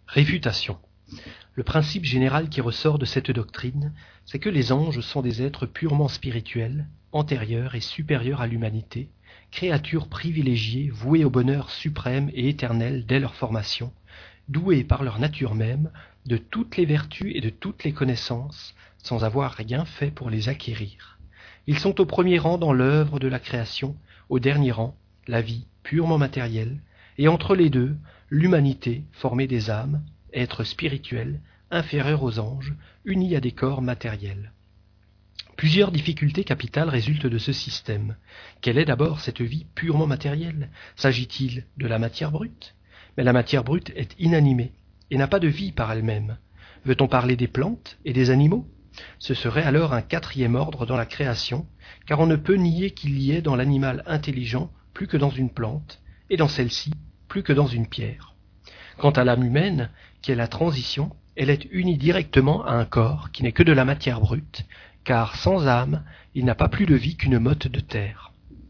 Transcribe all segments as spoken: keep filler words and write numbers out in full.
Réfutation. Le principe général qui ressort de cette doctrine, c'est que les anges sont des êtres purement spirituels, antérieurs et supérieurs à l'humanité, créatures privilégiées vouées au bonheur suprême et éternel dès leur formation, doués par leur nature même de toutes les vertus et de toutes les connaissances, sans avoir rien fait pour les acquérir. Ils sont au premier rang dans l'œuvre de la création, au dernier rang, la vie purement matérielle, et entre les deux, l'humanité formée des âmes, êtres spirituels, inférieurs aux anges, unis à des corps matériels. Plusieurs difficultés capitales résultent de ce système. Quelle est d'abord cette vie purement matérielle? S'agit-il de la matière brute? Mais la matière brute est inanimée et n'a pas de vie par elle-même. Veut-on parler des plantes et des animaux? Ce serait alors un quatrième ordre dans la création, car on ne peut nier qu'il y ait dans l'animal intelligent plus que dans une plante, et dans celle-ci plus que dans une pierre. Quant à l'âme humaine, qui est la transition, elle est unie directement à un corps qui n'est que de la matière brute, car sans âme, il n'a pas plus de vie qu'une motte de terre.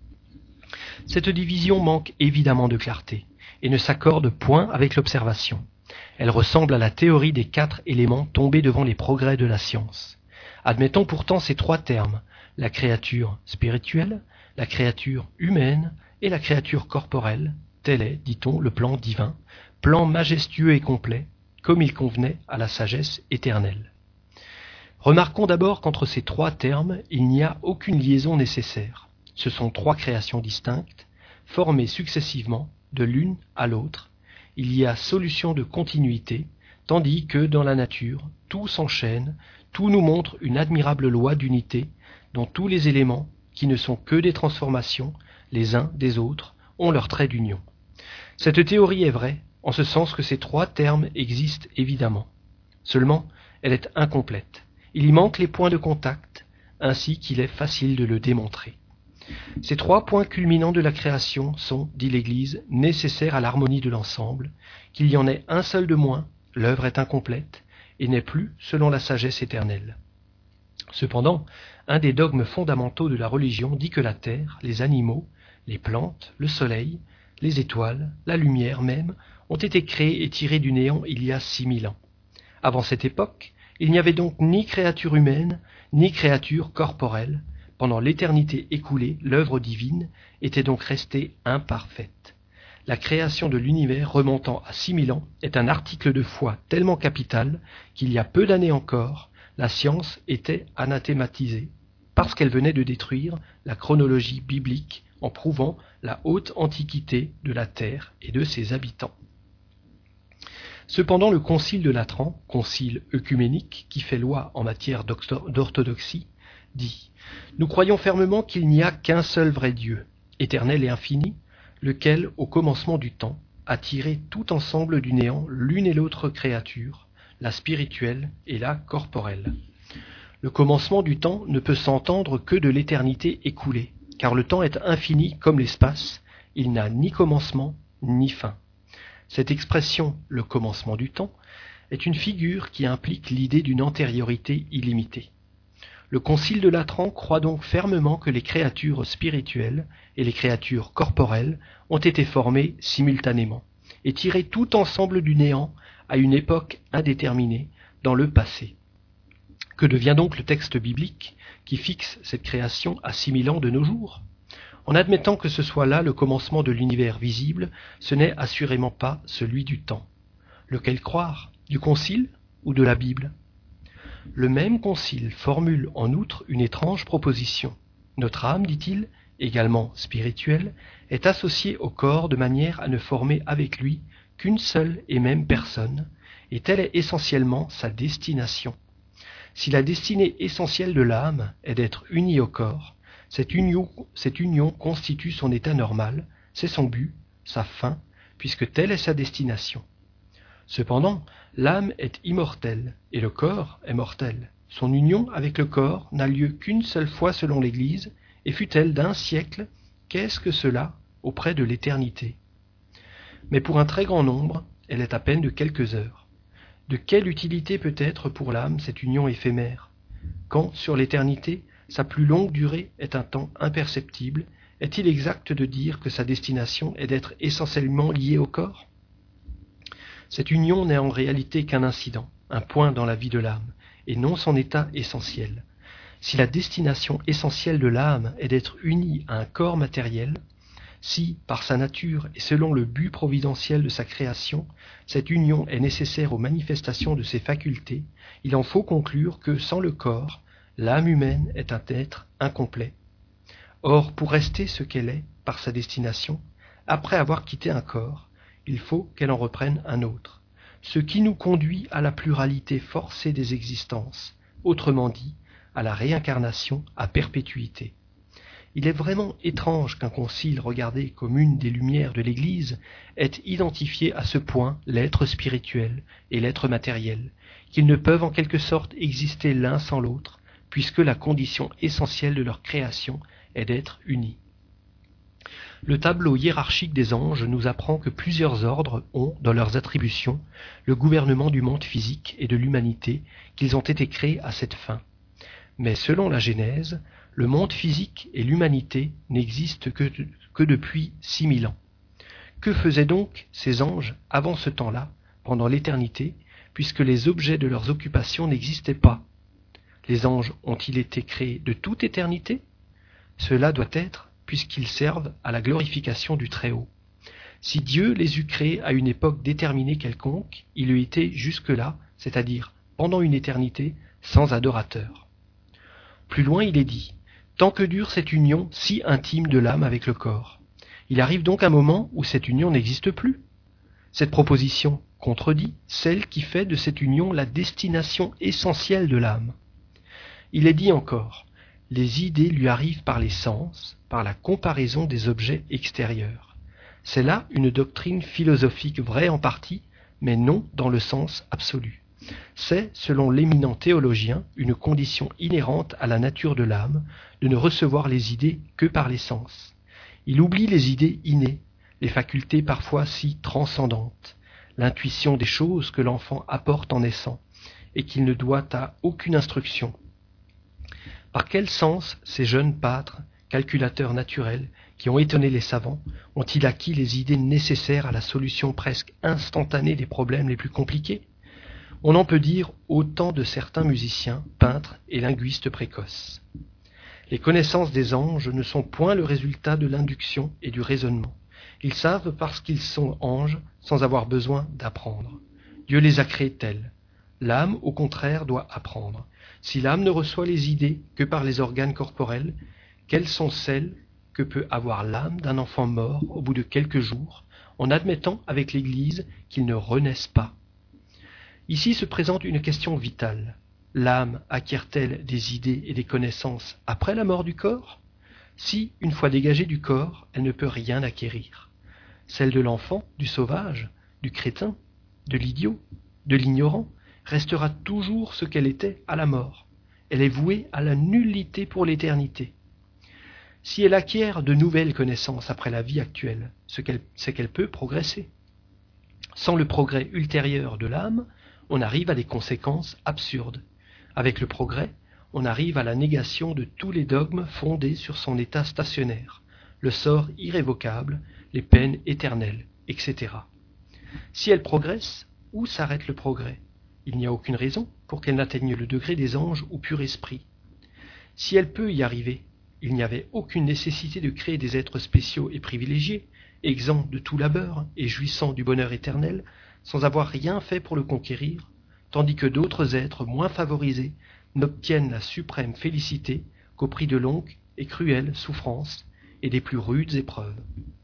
Cette division manque évidemment de clarté, et ne s'accorde point avec l'observation. Elle ressemble à la théorie des quatre éléments tombés devant les progrès de la science. Admettons pourtant ces trois termes, la créature spirituelle, la créature humaine et la créature corporelle, tel est, dit-on, le plan divin, plan majestueux et complet, comme il convenait à la sagesse éternelle. Remarquons d'abord qu'entre ces trois termes, il n'y a aucune liaison nécessaire. Ce sont trois créations distinctes, formées successivement de l'une à l'autre. Il y a solution de continuité, tandis que dans la nature, tout s'enchaîne, tout nous montre une admirable loi d'unité, dont tous les éléments, qui ne sont que des transformations, les uns des autres, ont leur trait d'union. Cette théorie est vraie, en ce sens que ces trois termes existent évidemment. Seulement, elle est incomplète. Il y manque les points de contact, ainsi qu'il est facile de le démontrer. Ces trois points culminants de la création sont, dit l'Église, nécessaires à l'harmonie de l'ensemble. Qu'il y en ait un seul de moins, l'œuvre est incomplète, et n'est plus selon la sagesse éternelle. Cependant, un des dogmes fondamentaux de la religion dit que la terre, les animaux, les plantes, le soleil, les étoiles, la lumière même, ont été créés et tirés du néant il y a six mille ans. Avant cette époque, il n'y avait donc ni créature humaine, ni créature corporelle. Pendant l'éternité écoulée, l'œuvre divine était donc restée imparfaite. La création de l'univers remontant à six mille ans est un article de foi tellement capital qu'il y a peu d'années encore, la science était anathématisée, parce qu'elle venait de détruire la chronologie biblique en prouvant la haute antiquité de la terre et de ses habitants. Cependant, le concile de Latran, concile œcuménique qui fait loi en matière d'orthodoxie, dit « Nous croyons fermement qu'il n'y a qu'un seul vrai Dieu, éternel et infini, lequel, au commencement du temps, a tiré tout ensemble du néant l'une et l'autre créature, la spirituelle et la corporelle. Le commencement du temps ne peut s'entendre que de l'éternité écoulée, car le temps est infini comme l'espace, il n'a ni commencement ni fin. Cette expression, le commencement du temps, est une figure qui implique l'idée d'une antériorité illimitée. Le concile de Latran croit donc fermement que les créatures spirituelles et les créatures corporelles ont été formées simultanément et tirées tout ensemble du néant à une époque indéterminée dans le passé. Que devient donc le texte biblique qui fixe cette création à six mille ans de nos jours? En admettant que ce soit là le commencement de l'univers visible, ce n'est assurément pas celui du temps. Lequel croire? Du concile ou de la Bible? Le même concile formule en outre une étrange proposition. Notre âme, dit-il, également spirituelle, est associée au corps de manière à ne former avec lui qu'une seule et même personne, et telle est essentiellement sa destination. Si la destinée essentielle de l'âme est d'être unie au corps, cette union, cette union constitue son état normal, c'est son but, sa fin, puisque telle est sa destination. Cependant, l'âme est immortelle et le corps est mortel. Son union avec le corps n'a lieu qu'une seule fois selon l'Église, et fût-elle d'un siècle, qu'est-ce que cela auprès de l'éternité? Mais pour un très grand nombre, elle est à peine de quelques heures. De quelle utilité peut être pour l'âme cette union éphémère? Quand, sur l'éternité, sa plus longue durée est un temps imperceptible, est-il exact de dire que sa destination est d'être essentiellement liée au corps? Cette union n'est en réalité qu'un incident, un point dans la vie de l'âme, et non son état essentiel. Si la destination essentielle de l'âme est d'être unie à un corps matériel, si, par sa nature et selon le but providentiel de sa création, cette union est nécessaire aux manifestations de ses facultés, il en faut conclure que, sans le corps, l'âme humaine est un être incomplet. Or, pour rester ce qu'elle est, par sa destination, après avoir quitté un corps, il faut qu'elle en reprenne un autre, ce qui nous conduit à la pluralité forcée des existences, autrement dit, à la réincarnation à perpétuité. Il est vraiment étrange qu'un concile regardé comme une des lumières de l'Église ait identifié à ce point l'être spirituel et l'être matériel, qu'ils ne peuvent en quelque sorte exister l'un sans l'autre, puisque la condition essentielle de leur création est d'être unis. Le tableau hiérarchique des anges nous apprend que plusieurs ordres ont, dans leurs attributions, le gouvernement du monde physique et de l'humanité, qu'ils ont été créés à cette fin. Mais selon la Genèse, le monde physique et l'humanité n'existent que, que depuis six mille ans. Que faisaient donc ces anges avant ce temps-là, pendant l'éternité, puisque les objets de leurs occupations n'existaient pas? Les anges ont-ils été créés de toute éternité? Cela doit être, puisqu'ils servent à la glorification du Très-Haut. Si Dieu les eût créés à une époque déterminée quelconque, il eût été jusque-là, c'est-à-dire pendant une éternité, sans adorateur. Plus loin, il est dit, tant que dure cette union si intime de l'âme avec le corps. Il arrive donc un moment où cette union n'existe plus. Cette proposition contredit celle qui fait de cette union la destination essentielle de l'âme. Il est dit encore, les idées lui arrivent par les sens, par la comparaison des objets extérieurs. C'est là une doctrine philosophique vraie en partie, mais non dans le sens absolu. C'est, selon l'éminent théologien, une condition inhérente à la nature de l'âme de ne recevoir les idées que par les sens. Il oublie les idées innées, les facultés parfois si transcendantes, l'intuition des choses que l'enfant apporte en naissant, et qu'il ne doit à aucune instruction. Par quel sens ces jeunes pâtres, calculateurs naturels, qui ont étonné les savants, ont-ils acquis les idées nécessaires à la solution presque instantanée des problèmes les plus compliqués? On en peut dire autant de certains musiciens, peintres et linguistes précoces. Les connaissances des anges ne sont point le résultat de l'induction et du raisonnement. Ils savent parce qu'ils sont anges sans avoir besoin d'apprendre. Dieu les a créés tels. L'âme, au contraire, doit apprendre. Si l'âme ne reçoit les idées que par les organes corporels, quelles sont celles que peut avoir l'âme d'un enfant mort au bout de quelques jours, en admettant avec l'Église qu'il ne renaisse pas? Ici se présente une question vitale. L'âme acquiert-elle des idées et des connaissances après la mort du corps? Si, une fois dégagée du corps, elle ne peut rien acquérir. Celle de l'enfant, du sauvage, du crétin, de l'idiot, de l'ignorant, restera toujours ce qu'elle était à la mort. Elle est vouée à la nullité pour l'éternité. Si elle acquiert de nouvelles connaissances après la vie actuelle, ce qu'elle, c'est qu'elle peut progresser. Sans le progrès ultérieur de l'âme, on arrive à des conséquences absurdes. Avec le progrès, on arrive à la négation de tous les dogmes fondés sur son état stationnaire, le sort irrévocable, les peines éternelles, et cetera. Si elle progresse, où s'arrête le progrès? Il n'y a aucune raison pour qu'elle n'atteigne le degré des anges ou pur esprit. Si elle peut y arriver, il n'y avait aucune nécessité de créer des êtres spéciaux et privilégiés, exempts de tout labeur et jouissant du bonheur éternel, sans avoir rien fait pour le conquérir, tandis que d'autres êtres moins favorisés n'obtiennent la suprême félicité qu'au prix de longues et cruelles souffrances et des plus rudes épreuves.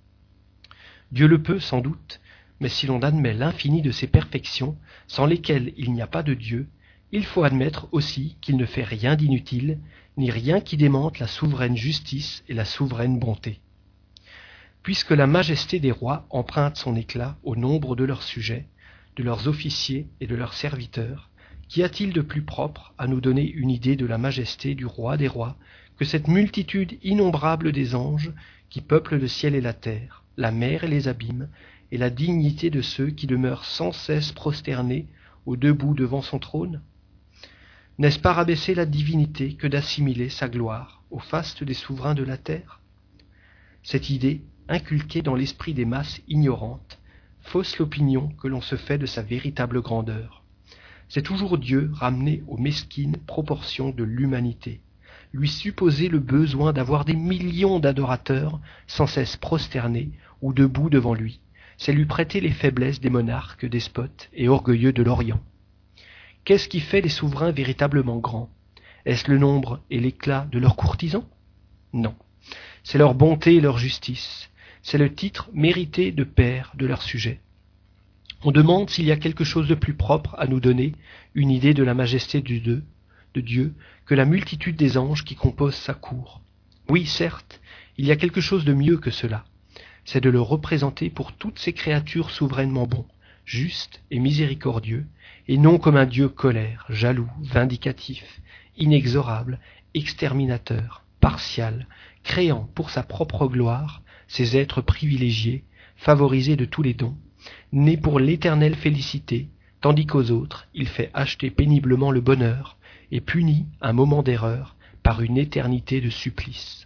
Dieu le peut sans doute, mais si l'on admet l'infini de ses perfections, sans lesquelles il n'y a pas de Dieu, il faut admettre aussi qu'il ne fait rien d'inutile, ni rien qui démente la souveraine justice et la souveraine bonté. Puisque la majesté des rois emprunte son éclat au nombre de leurs sujets, de leurs officiers et de leurs serviteurs, qu'y a-t-il de plus propre à nous donner une idée de la majesté du roi des rois que cette multitude innombrable des anges qui peuplent le ciel et la terre, la mer et les abîmes, et la dignité de ceux qui demeurent sans cesse prosternés au debout devant son trône? N'est-ce pas rabaisser la divinité que d'assimiler sa gloire au faste des souverains de la terre? Cette idée, inculquée dans l'esprit des masses ignorantes, fausse l'opinion que l'on se fait de sa véritable grandeur. C'est toujours Dieu ramené aux mesquines proportions de l'humanité, lui supposer le besoin d'avoir des millions d'adorateurs sans cesse prosternés ou debout devant lui, c'est lui prêter les faiblesses des monarques, despotes et orgueilleux de l'Orient. Qu'est-ce qui fait les souverains véritablement grands? Est-ce le nombre et l'éclat de leurs courtisans? Non. C'est leur bonté et leur justice. C'est le titre mérité de père de leurs sujets. On demande s'il y a quelque chose de plus propre à nous donner une idée de la majesté du Dieu, de Dieu que la multitude des anges qui composent sa cour. Oui, certes, il y a quelque chose de mieux que cela. C'est de le représenter pour toutes ces créatures souverainement bon, juste et miséricordieux, et non comme un Dieu colère, jaloux, vindicatif, inexorable, exterminateur, partial, créant pour sa propre gloire ces êtres privilégiés, favorisés de tous les dons, nés pour l'éternelle félicité, tandis qu'aux autres il fait acheter péniblement le bonheur et punit un moment d'erreur par une éternité de supplice.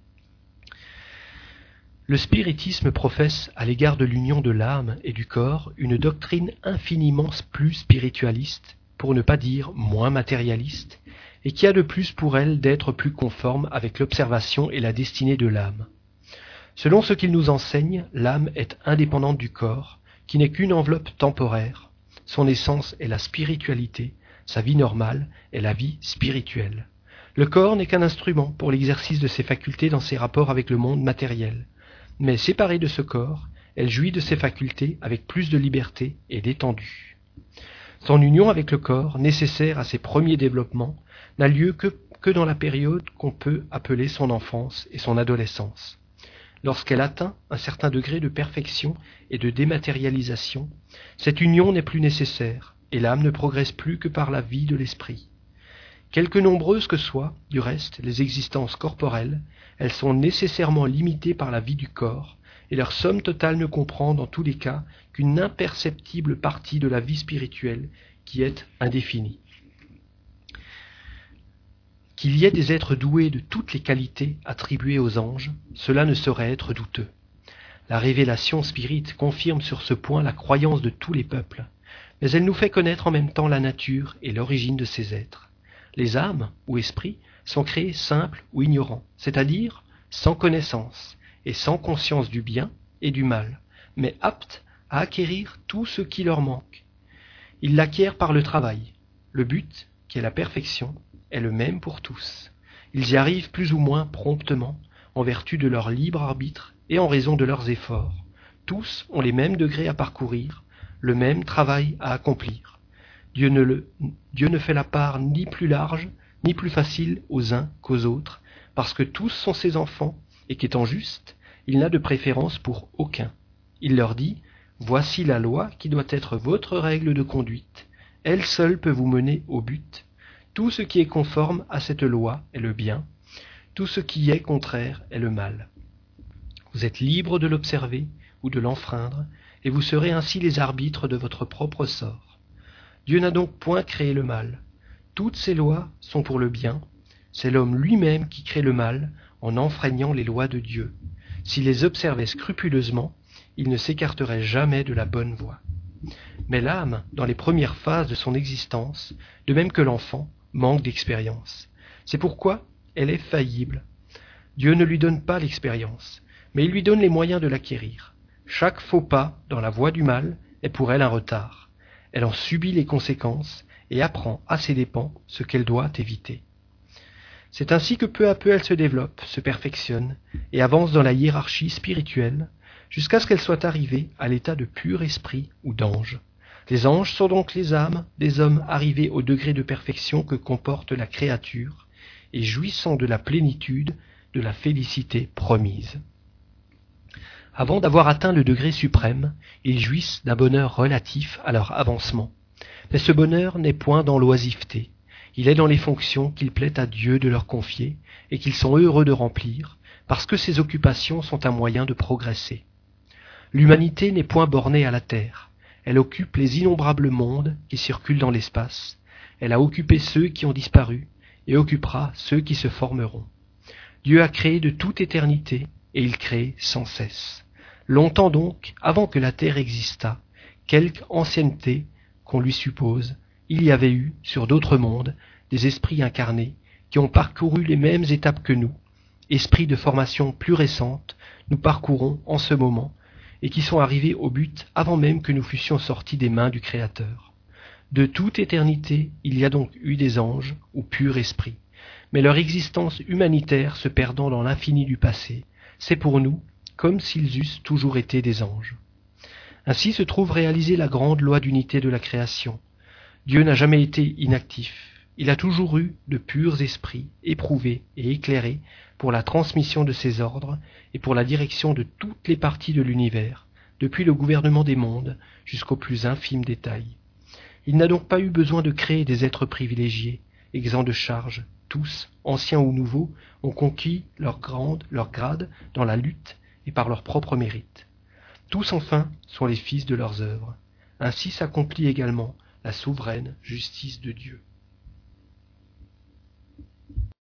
Le spiritisme professe à l'égard de l'union de l'âme et du corps une doctrine infiniment plus spiritualiste, pour ne pas dire moins matérialiste, et qui a de plus pour elle d'être plus conforme avec l'observation et la destinée de l'âme. Selon ce qu'il nous enseigne, l'âme est indépendante du corps, qui n'est qu'une enveloppe temporaire. Son essence est la spiritualité, sa vie normale est la vie spirituelle. Le corps n'est qu'un instrument pour l'exercice de ses facultés dans ses rapports avec le monde matériel. Mais séparée de ce corps, elle jouit de ses facultés avec plus de liberté et d'étendue. Son union avec le corps, nécessaire à ses premiers développements, n'a lieu que, que dans la période qu'on peut appeler son enfance et son adolescence. Lorsqu'elle atteint un certain degré de perfection et de dématérialisation, cette union n'est plus nécessaire, et l'âme ne progresse plus que par la vie de l'esprit. Quelque nombreuses que soient, du reste, les existences corporelles, elles sont nécessairement limitées par la vie du corps, et leur somme totale ne comprend dans tous les cas qu'une imperceptible partie de la vie spirituelle qui est indéfinie. Qu'il y ait des êtres doués de toutes les qualités attribuées aux anges, cela ne saurait être douteux. La révélation spirite confirme sur ce point la croyance de tous les peuples, mais elle nous fait connaître en même temps la nature et l'origine de ces êtres. Les âmes, ou esprits, sont créés simples ou ignorants, c'est-à-dire sans connaissance et sans conscience du bien et du mal, mais aptes à acquérir tout ce qui leur manque. Ils l'acquièrent par le travail. Le but, qui est la perfection, est le même pour tous. Ils y arrivent plus ou moins promptement, en vertu de leur libre arbitre et en raison de leurs efforts. Tous ont les mêmes degrés à parcourir, le même travail à accomplir. Dieu ne, le, Dieu ne fait la part ni plus large, ni plus facile aux uns qu'aux autres, parce que tous sont ses enfants, et qu'étant juste, il n'a de préférence pour aucun. Il leur dit, « Voici la loi qui doit être votre règle de conduite. Elle seule peut vous mener au but. Tout ce qui est conforme à cette loi est le bien, tout ce qui est contraire est le mal. Vous êtes libres de l'observer ou de l'enfreindre, et vous serez ainsi les arbitres de votre propre sort. Dieu n'a donc point créé le mal. Toutes ces lois sont pour le bien. C'est l'homme lui-même qui crée le mal en enfreignant les lois de Dieu. S'il les observait scrupuleusement, il ne s'écarterait jamais de la bonne voie. Mais l'âme, dans les premières phases de son existence, de même que l'enfant, manque d'expérience. C'est pourquoi elle est faillible. Dieu ne lui donne pas l'expérience, mais il lui donne les moyens de l'acquérir. Chaque faux pas dans la voie du mal est pour elle un retard. Elle en subit les conséquences et apprend à ses dépens ce qu'elle doit éviter. C'est ainsi que peu à peu elle se développe, se perfectionne et avance dans la hiérarchie spirituelle jusqu'à ce qu'elle soit arrivée à l'état de pur esprit ou d'ange. Les anges sont donc les âmes des hommes arrivés au degré de perfection que comporte la créature et jouissant de la plénitude de la félicité promise. Avant d'avoir atteint le degré suprême, ils jouissent d'un bonheur relatif à leur avancement. Mais ce bonheur n'est point dans l'oisiveté. Il est dans les fonctions qu'il plaît à Dieu de leur confier et qu'ils sont heureux de remplir, parce que ces occupations sont un moyen de progresser. L'humanité n'est point bornée à la terre. Elle occupe les innombrables mondes qui circulent dans l'espace. Elle a occupé ceux qui ont disparu et occupera ceux qui se formeront. Dieu a créé de toute éternité et il crée sans cesse. Longtemps donc, avant que la terre existât, quelque ancienneté qu'on lui suppose, il y avait eu, sur d'autres mondes, des esprits incarnés qui ont parcouru les mêmes étapes que nous, esprits de formation plus récente, nous parcourons en ce moment, et qui sont arrivés au but avant même que nous fussions sortis des mains du Créateur. De toute éternité, il y a donc eu des anges, ou purs esprits, mais leur existence humanitaire se perdant dans l'infini du passé, c'est pour nous comme s'ils eussent toujours été des anges. Ainsi se trouve réalisée la grande loi d'unité de la création. Dieu n'a jamais été inactif, il a toujours eu de purs esprits, éprouvés et éclairés, pour la transmission de ses ordres et pour la direction de toutes les parties de l'univers, depuis le gouvernement des mondes jusqu'aux plus infimes détails. Il n'a donc pas eu besoin de créer des êtres privilégiés, exempts de charges. Tous, anciens ou nouveaux, ont conquis leur grade, leur grade dans la lutte et par leur propre mérite. Tous enfin sont les fils de leurs œuvres. Ainsi s'accomplit également la souveraine justice de Dieu.